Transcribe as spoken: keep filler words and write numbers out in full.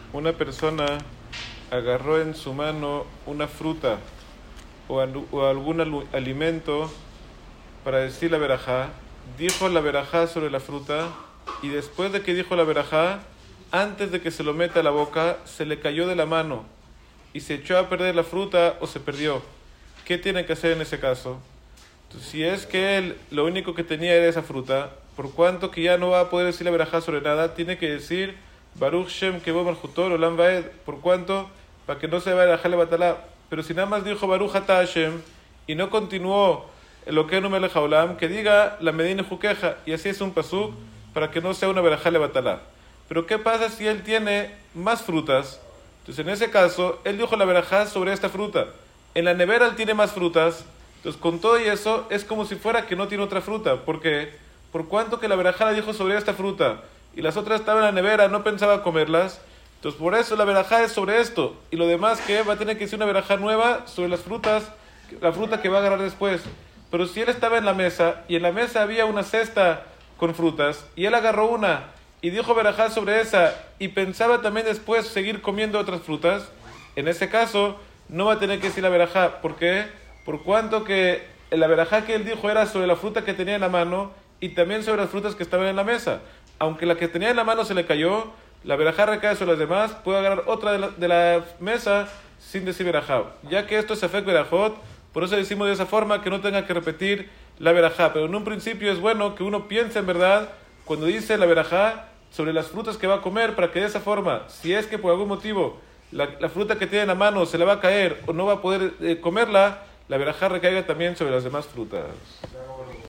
una persona agarró en su mano una fruta o, alu- o algún alu- alimento para decir la verajá, dijo la verajá sobre la fruta y después de que dijo la verajá, antes de que se lo meta a la boca, se le cayó de la mano y se echó a perder la fruta o se perdió. ¿Qué tiene que hacer en ese caso? Entonces, si es que él lo único que tenía era esa fruta, por cuanto que ya no va a poder decir la verajá sobre nada, tiene que decir Baruch Shem Kevo Malchutor Olam Vaed, por cuanto, para que no se vaya a dejarle batalá. Pero si nada más dijo Baruch Ata Hashem y no continuó lo que no me aleja Olam, que diga la Medina Juqueja, y así es un pasuk para que no sea una verajá le batalá. Pero ¿qué pasa si él tiene más frutas? Entonces en ese caso, él dijo la verajá sobre esta fruta. En la nevera él tiene más frutas. Entonces con todo y eso, es como si fuera que no tiene otra fruta. ¿Por qué? Por cuanto que la verajá la dijo sobre esta fruta y las otras estaban en la nevera, no pensaba comerlas. Entonces por eso la verajá es sobre esto. Y lo demás que va a tener que ser una verajá nueva sobre las frutas, la fruta que va a agarrar después. Pero si él estaba en la mesa y en la mesa había una cesta con frutas y él agarró una y dijo verajá sobre esa y pensaba también después seguir comiendo otras frutas, en ese caso no va a tener que decir la verajá. ¿Por qué? Por cuanto que la verajá que él dijo era sobre la fruta que tenía en la mano y también sobre las frutas que estaban en la mesa. Aunque la que tenía en la mano se le cayó, la verajá recae sobre las demás, puede agarrar otra de la, de la mesa sin decir verajá. Ya que esto es efect verajot, por eso decimos de esa forma que no tenga que repetir la verajá. Pero en un principio es bueno que uno piense en verdad cuando dice la verajá sobre las frutas que va a comer, para que de esa forma, si es que por algún motivo la, la fruta que tiene en la mano se le va a caer o no va a poder eh, comerla, la verajá recaiga también sobre las demás frutas.